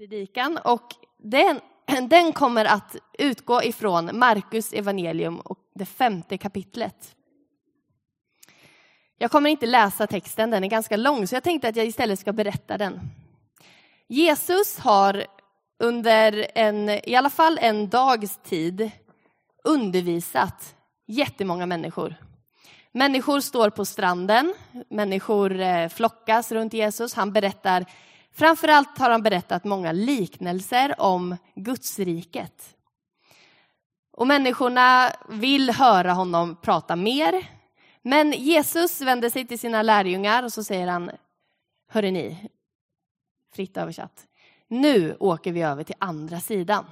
predikan och den kommer att utgå ifrån Markus evangelium och det 5:e kapitlet. Jag kommer inte läsa texten, den är ganska lång, så jag tänkte att jag istället ska berätta den. Jesus har under i alla fall en dags tid undervisat jättemånga människor. Människor står på stranden, människor flockas runt Jesus. Framförallt har han berättat många liknelser om Guds riket. Och människorna vill höra honom prata mer. Men Jesus vänder sig till sina lärjungar och så säger han: hörde ni, fritt översatt, nu åker vi över till andra sidan.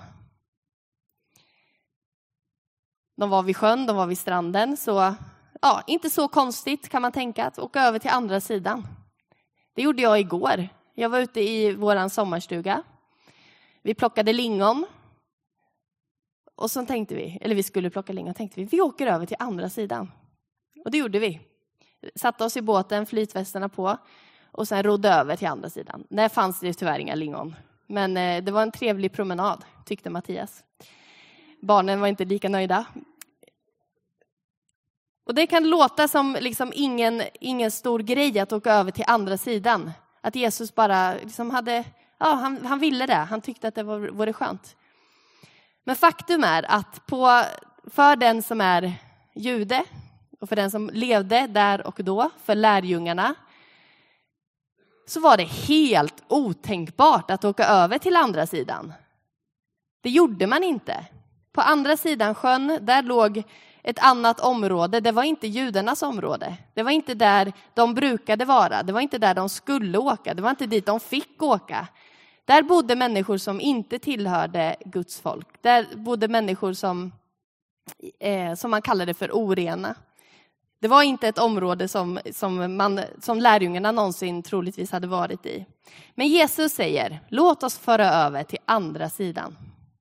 De var vid sjön, de var vid stranden, så inte så konstigt kan man tänka att åka över till andra sidan. Det gjorde jag igår. Jag var ute i våran sommarstuga. Vi plockade lingon. Och så tänkte vi skulle plocka lingon, vi åker över till andra sidan. Och det gjorde vi. Satte oss i båten, flytvästarna på och sen rodde över till andra sidan. Där fanns det tyvärr inga lingon. Men det var en trevlig promenad, tyckte Mattias. Barnen var inte lika nöjda. Och det kan låta som liksom ingen stor grej att åka över till andra sidan. Att Jesus bara han ville det. Han tyckte att det vore skönt. Men faktum är att för den som är jude och för den som levde där och då, för lärjungarna, så var det helt otänkbart att åka över till andra sidan. Det gjorde man inte. På andra sidan sjön, där låg ett annat område. Det var inte judarnas område. Det var inte där de brukade vara. Det var inte där de skulle åka. Det var inte dit de fick åka. Där bodde människor som inte tillhörde Guds folk. Där bodde människor som man kallade för orena. Det var inte ett område som lärjungarna någonsin troligtvis hade varit i. Men Jesus säger: låt oss föra över till andra sidan.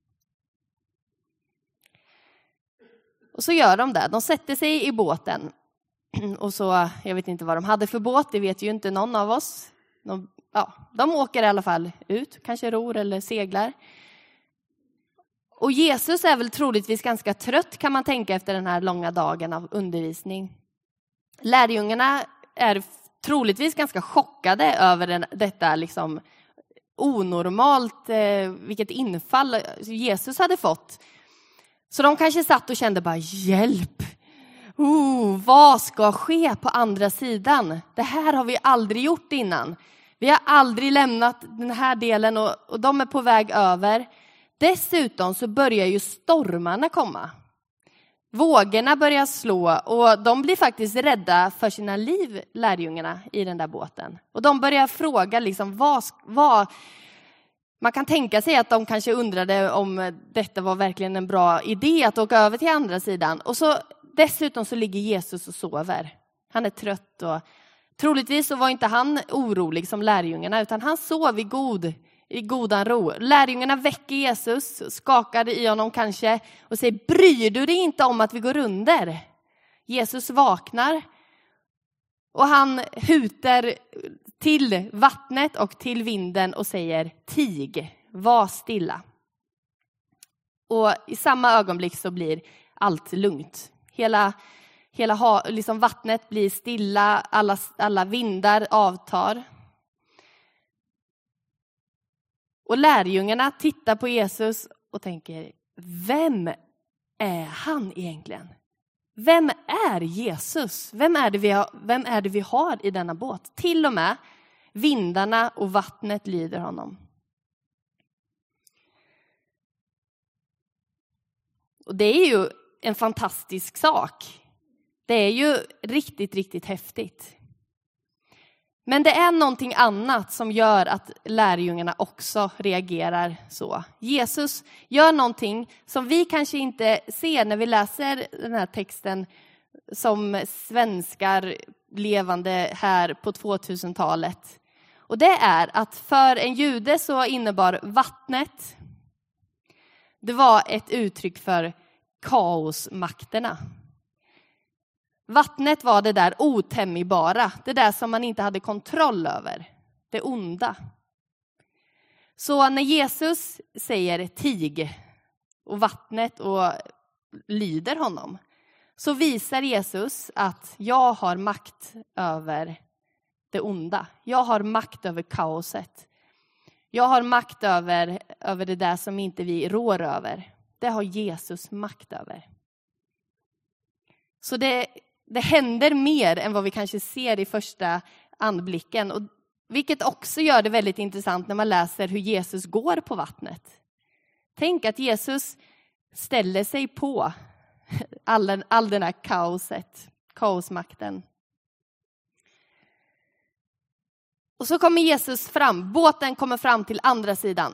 Och så gör de det. De sätter sig i båten. Och så, jag vet inte vad de hade för båt, det vet ju inte någon av oss. De åker i alla fall ut, kanske ror eller seglar. Och Jesus är väl troligtvis ganska trött, kan man tänka, efter den här långa dagen av undervisning. Lärjungarna är troligtvis ganska chockade över detta liksom onormalt, vilket infall Jesus hade fått. Så de kanske satt och kände bara: hjälp! Vad ska ske på andra sidan? Det här har vi aldrig gjort innan. Vi har aldrig lämnat den här delen och de är på väg över. Dessutom så börjar ju stormarna komma. Vågorna börjar slå och de blir faktiskt rädda för sina liv, lärjungarna i den där båten. Och de börjar fråga liksom vad man kan tänka sig att de kanske undrade om detta var verkligen en bra idé att åka över till andra sidan. Och så dessutom så ligger Jesus och sover. Han är trött och troligtvis så var inte han orolig som lärjungarna, utan han sov i godan ro. Lärjungarna väcker Jesus, skakade i honom kanske och säger: bryr du dig inte om att vi går under? Jesus vaknar och han hutar till vattnet och till vinden och säger: tig, var stilla. Och i samma ögonblick så blir allt lugnt. Hela liksom vattnet blir stilla, alla vindar avtar. Och lärjungarna tittar på Jesus och tänker: vem är han egentligen? Vem är Jesus? Vem är det vi har i denna båt? Till och med vindarna och vattnet lyder honom. Och det är ju en fantastisk sak. Det är ju riktigt, riktigt häftigt. Men det är någonting annat som gör att lärjungarna också reagerar så. Jesus gör någonting som vi kanske inte ser när vi läser den här texten som svenskar levande här på 2000-talet. Och det är att för en jude så innebar vattnet, det var ett uttryck för kaosmakterna. Vattnet var det där otämjbara, det där som man inte hade kontroll över, det onda. Så när Jesus säger tig och vattnet och lyder honom, så visar Jesus att jag har makt över det onda. Jag har makt över kaoset. Jag har makt över det där som inte vi rår över. Det har Jesus makt över. Så det händer mer än vad vi kanske ser i första anblicken. Och vilket också gör det väldigt intressant när man läser hur Jesus går på vattnet. Tänk att Jesus ställer sig på all den här kaosmakten. Och så kommer Jesus fram. Båten kommer fram till andra sidan.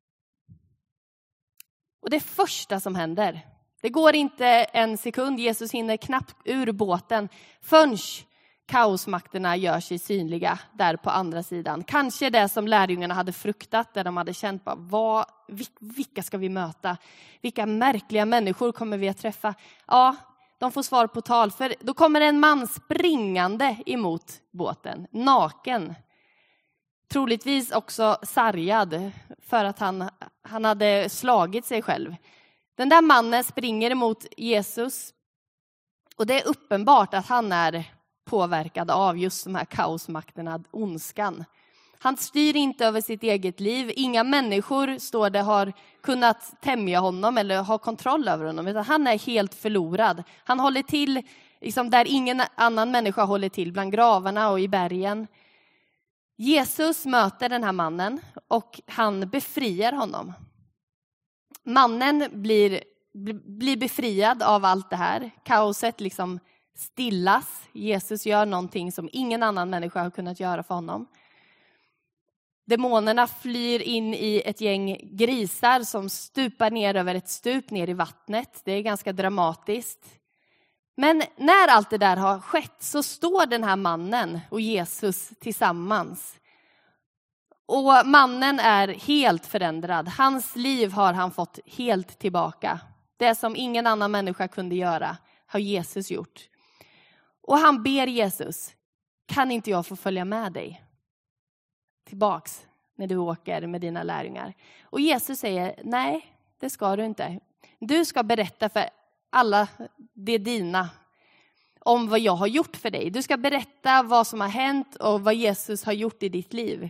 Och det första som händer, det går inte en sekund. Jesus hinner knappt ur båten förrän kaosmakterna gör sig synliga där på andra sidan. Kanske det som lärjungarna hade fruktat, där de hade känt på vilka ska vi möta? Vilka märkliga människor kommer vi att träffa? Ja, de får svar på tal. För då kommer en man springande emot båten, naken. Troligtvis också sargad för att han hade slagit sig själv. Den där mannen springer emot Jesus. Och det är uppenbart att han är påverkad av just de här kaosmakterna, ondskan. Han styr inte över sitt eget liv. Inga människor, står det, har kunnat tämja honom eller ha kontroll över honom. Utan han är helt förlorad. Han håller till liksom där ingen annan människa håller till, bland gravarna och i bergen. Jesus möter den här mannen och han befriar honom. Mannen blir befriad av allt det här. Kaoset liksom stillas. Jesus gör någonting som ingen annan människa har kunnat göra för honom. Demonerna flyr in i ett gäng grisar som stupar ner över ett stup ner i vattnet. Det är ganska dramatiskt. Men när allt det där har skett så står den här mannen och Jesus tillsammans. Och mannen är helt förändrad. Hans liv har han fått helt tillbaka. Det som ingen annan människa kunde göra har Jesus gjort. Och han ber Jesus, kan inte jag få följa med dig tillbaks när du åker med dina lärjungar? Och Jesus säger, nej, det ska du inte. Du ska berätta för alla det dina om vad jag har gjort för dig. Du ska berätta vad som har hänt och vad Jesus har gjort i ditt liv.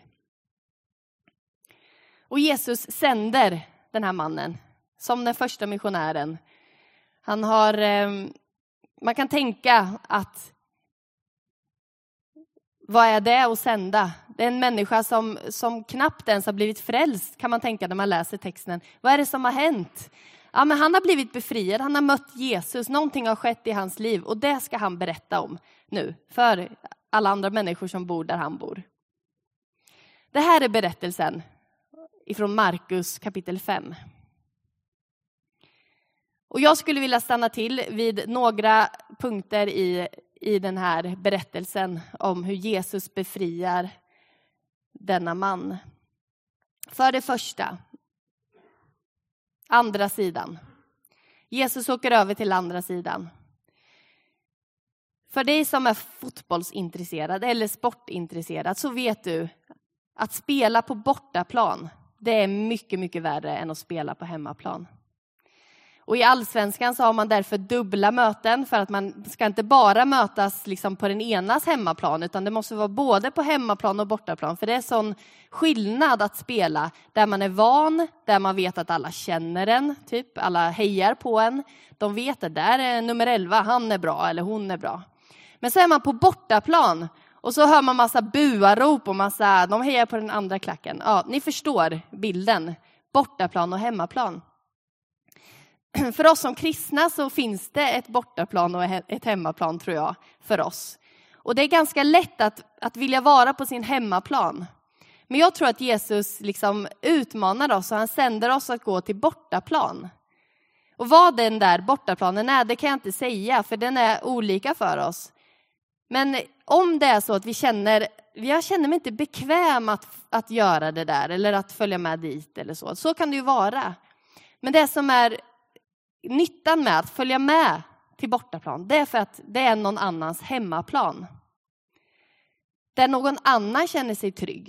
Och Jesus sänder den här mannen som den första missionären. Han har, man kan tänka att vad är det att sända? Det är en människa som knappt ens har blivit frälst, kan man tänka när man läser texten. Vad är det som har hänt? Ja, men han har blivit befriad, han har mött Jesus, någonting har skett i hans liv och det ska han berätta om nu för alla andra människor som bor där han bor. Det här är berättelsen ifrån Markus kapitel 5. Och jag skulle vilja stanna till vid några punkter i den här berättelsen om hur Jesus befriar denna man. För det första, andra sidan. Jesus åker över till andra sidan. För dig som är fotbollsintresserad eller sportintresserad så vet du att spela på bortaplan, det är mycket, mycket värre än att spela på hemmaplan. Och i Allsvenskan så har man därför dubbla möten för att man ska inte bara mötas liksom på den enas hemmaplan utan det måste vara både på hemmaplan och bortaplan. För det är sån skillnad att spela där man är van, där man vet att alla känner en, typ alla hejar på en. De vet att där är nummer 11, han är bra eller hon är bra. Men så är man på bortaplan och så hör man massa buarop och de hejar på den andra klacken. Ja, ni förstår bilden, bortaplan och hemmaplan. För oss som kristna så finns det ett bortaplan och ett hemmaplan tror jag för oss. Och det är ganska lätt att vilja vara på sin hemmaplan. Men jag tror att Jesus liksom utmanar oss och han sänder oss att gå till bortaplan. Och vad den där bortaplanen är, det kan jag inte säga för den är olika för oss. Men om det är så att jag känner mig inte bekväm att göra det där eller att följa med dit eller så kan det ju vara. Men det som är nyttan med att följa med till bortaplan, det är för att det är någon annans hemmaplan. Där någon annan känner sig trygg.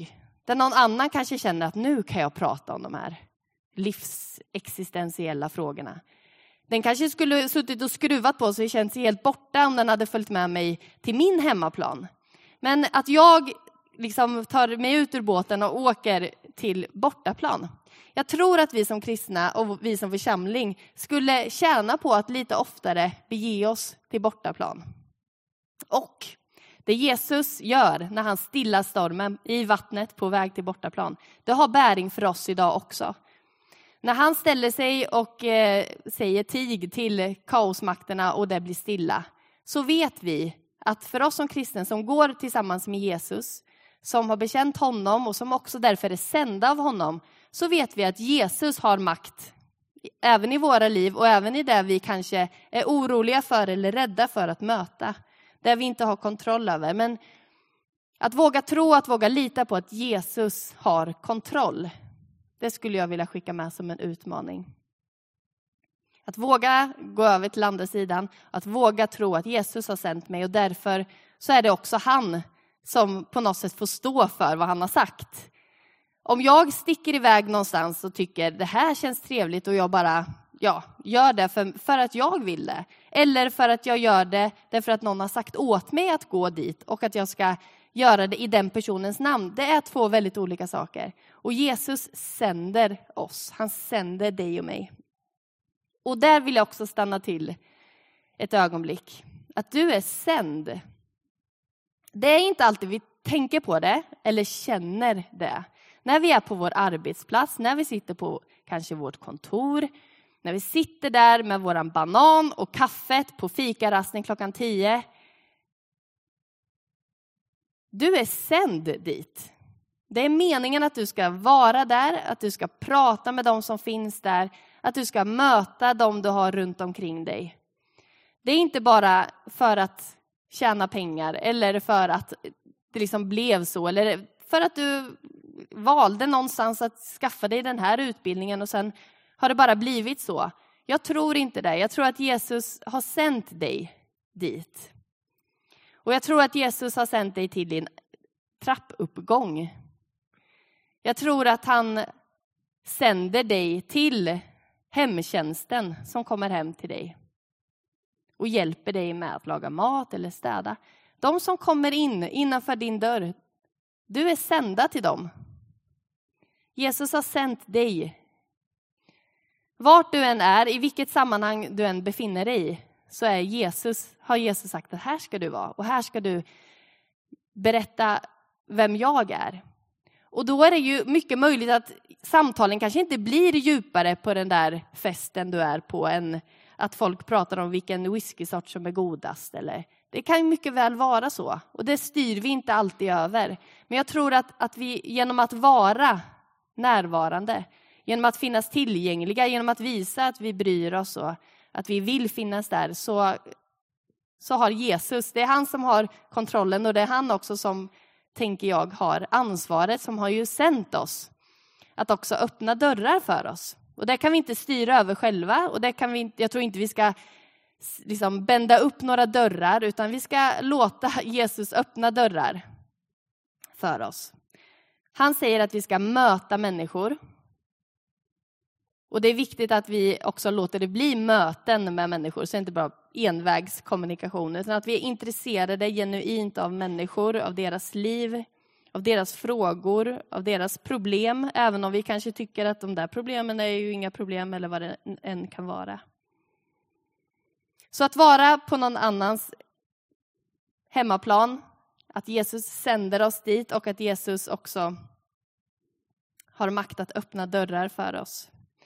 Där någon annan kanske känner att nu kan jag prata om de här livsexistentiella frågorna. Den kanske skulle suttit och skruvat på sig och känt sig helt borta om den hade följt med mig till min hemmaplan. Men att jag liksom tar mig ut ur båten och åker till bortaplan. Jag tror att vi som kristna och vi som församling skulle tjäna på att lite oftare bege oss till bortaplan. Och det Jesus gör när han stillar stormen i vattnet på väg till bortaplan, det har bäring för oss idag också. När han ställer sig och säger tig till kaosmakterna och det blir stilla, så vet vi att för oss som kristna som går tillsammans med Jesus, som har bekänt honom och som också därför är sända av honom, så vet vi att Jesus har makt även i våra liv och även i det vi kanske är oroliga för eller rädda för att möta. Det vi inte har kontroll över. Men att våga tro, att våga lita på att Jesus har kontroll, det skulle jag vilja skicka med som en utmaning. Att våga gå över till andra sidan, att våga tro att Jesus har sänt mig och därför så är det också han som på något sätt får stå för vad han har sagt. Om jag sticker iväg någonstans och tycker det här känns trevligt och jag bara gör det för att jag vill det. Eller för att jag gör det därför att någon har sagt åt mig att gå dit och att jag ska göra det i den personens namn. Det är två väldigt olika saker. Och Jesus sänder oss. Han sänder dig och mig. Och där vill jag också stanna till ett ögonblick. Att du är sänd. Det är inte alltid vi tänker på det eller känner det. När vi är på vår arbetsplats, när vi sitter på kanske vårt kontor, när vi sitter där med våran banan och kaffet på fikarasten 10:00. Du är sänd dit. Det är meningen att du ska vara där, att du ska prata med dem som finns där, att du ska möta dem du har runt omkring dig. Det är inte bara för att tjäna pengar eller för att det liksom blev så eller för att du valde någonstans att skaffa dig den här utbildningen och sen har det bara blivit så. Jag tror inte det. Jag tror att Jesus har sänt dig dit. Och jag tror att Jesus har sänt dig till din trappuppgång. Jag tror att han sänder dig till hemtjänsten som kommer hem till dig. Och hjälper dig med att laga mat eller städa. De som kommer innanför din dörr. Du är sända till dem. Jesus har sänt dig. Vart du än är, i vilket sammanhang du än befinner dig i, så har Jesus sagt att här ska du vara. Och här ska du berätta vem jag är. Och då är det ju mycket möjligt att samtalen kanske inte blir djupare på den där festen du är på än att folk pratar om vilken whiskysort som är godast. Eller det kan mycket väl vara så. Och det styr vi inte alltid över. Men jag tror att vi genom att vara närvarande, genom att finnas tillgängliga, genom att visa att vi bryr oss och att vi vill finnas där, så har Jesus, det är han som har kontrollen och det är han också som, tänker jag, har ansvaret, som har ju sänt oss att också öppna dörrar för oss. Och det kan vi inte styra över själva och det kan vi inte, jag tror inte vi ska liksom bända upp några dörrar, utan vi ska låta Jesus öppna dörrar för oss. Han säger att vi ska möta människor. Och det är viktigt att vi också låter det bli möten med människor. Så inte bara envägskommunikation. Utan att vi är intresserade genuint av människor, av deras liv, av deras frågor, av deras problem. Även om vi kanske tycker att de där problemen är ju inga problem eller vad det än kan vara. Så att vara på någon annans hemmaplan. Att Jesus sänder oss dit och att Jesus också har makt att öppna dörrar för oss.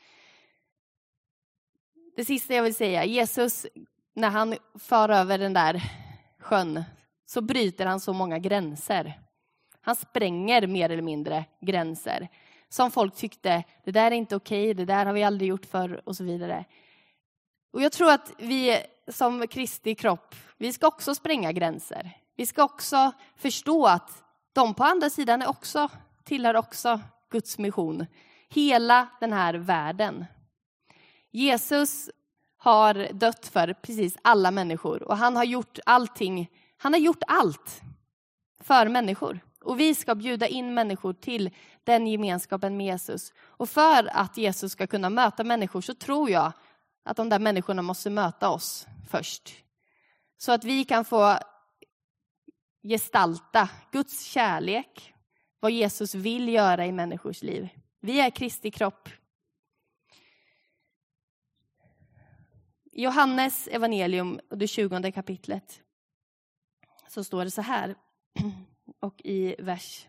Det sista jag vill säga, Jesus, när han far över den där sjön så bryter han så många gränser. Han spränger mer eller mindre gränser. Som folk tyckte, det där är inte okej, det där har vi aldrig gjort förr och så vidare. Och jag tror att vi som Kristi kropp, vi ska också spränga gränser. Vi ska också förstå att de på andra sidan tillhör också Guds mission. Hela den här världen. Jesus har dött för precis alla människor och han har gjort allting. Han har gjort allt för människor. Och vi ska bjuda in människor till den gemenskapen med Jesus. Och för att Jesus ska kunna möta människor så tror jag att de där människorna måste möta oss först. Så att vi kan få gestalta Guds kärlek, vad Jesus vill göra i människors liv. Vi är Kristi kropp. I Johannes evangelium, det 20:e kapitlet, så står det så här, och i vers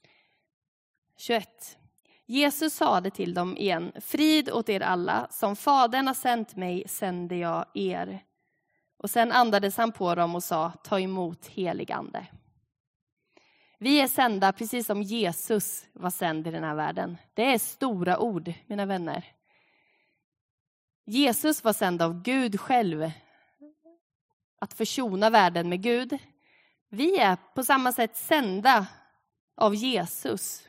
21. Jesus sade till dem igen: frid åt er alla, som Fadern har sänt mig sänder jag er. Och sen andades han på dem och sa: ta emot helig ande. Vi är sända precis som Jesus var sänd i den här världen. Det är stora ord, mina vänner. Jesus var sänd av Gud själv att försona världen med Gud. Vi är på samma sätt sända av Jesus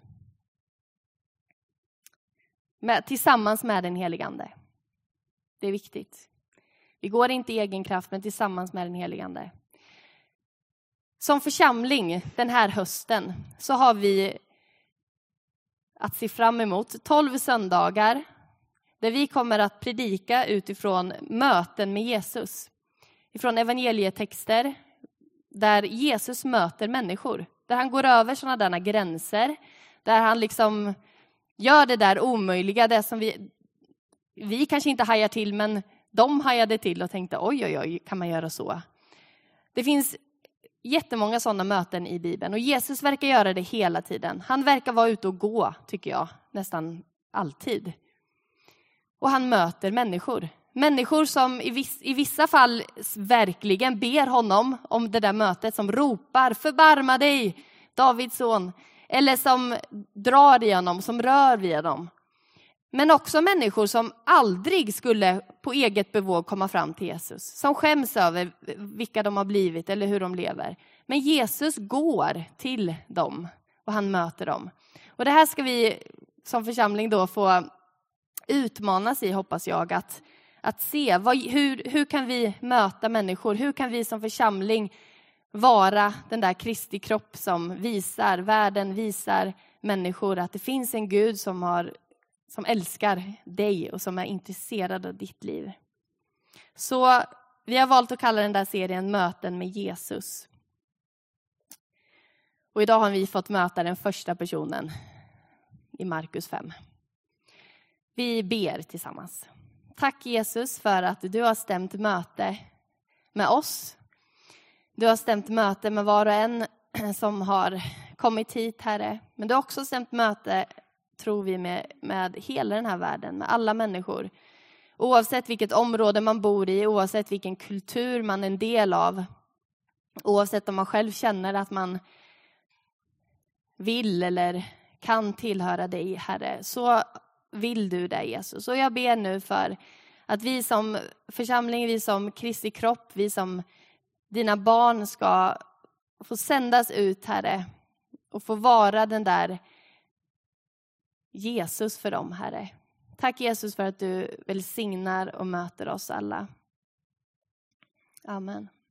tillsammans med den helige ande. Det är viktigt. Vi går inte i egen kraft, men tillsammans med den helige ande. Som församling den här hösten så har vi att se fram emot 12 söndagar där vi kommer att predika utifrån möten med Jesus. Ifrån evangelietexter där Jesus möter människor. Där han går över sådana där gränser. Där han liksom gör det där omöjliga. Det som vi kanske inte hajar till, men de hajade till och tänkte oj, kan man göra så? Det finns jättemånga sådana möten i Bibeln. Och Jesus verkar göra det hela tiden. Han verkar vara ute och gå, tycker jag, nästan alltid. Och han möter människor. Människor som i vissa fall verkligen ber honom om det där mötet. Som ropar: förbarma dig, Davids son. Eller som drar i honom, som rör vid honom. Men också människor som aldrig skulle på eget bevåg komma fram till Jesus. Som skäms över vilka de har blivit eller hur de lever. Men Jesus går till dem och han möter dem. Och det här ska vi som församling då få utmanas i, hoppas jag. Att se hur kan vi möta människor? Hur kan vi som församling vara den där Kristi kropp som visar världen, visar människor att det finns en Gud som älskar dig och som är intresserad av ditt liv. Så vi har valt att kalla den där serien Möten med Jesus. Och idag har vi fått möta den första personen i Markus 5. Vi ber tillsammans. Tack Jesus för att du har stämt möte med oss. Du har stämt möte med var och en som har kommit hit, Herre. Men du har också stämt möte, tror vi, med hela den här världen, med alla människor. Oavsett vilket område man bor i, oavsett vilken kultur man är en del av. Oavsett om man själv känner att man vill eller kan tillhöra dig, Herre. Så vill du det, Jesus. Och jag ber nu för att vi som församling, vi som Kristi kropp, vi som dina barn ska få sändas ut, Herre. Och få vara den där Jesus för dem, Herre. Tack Jesus för att du välsignar och möter oss alla. Amen.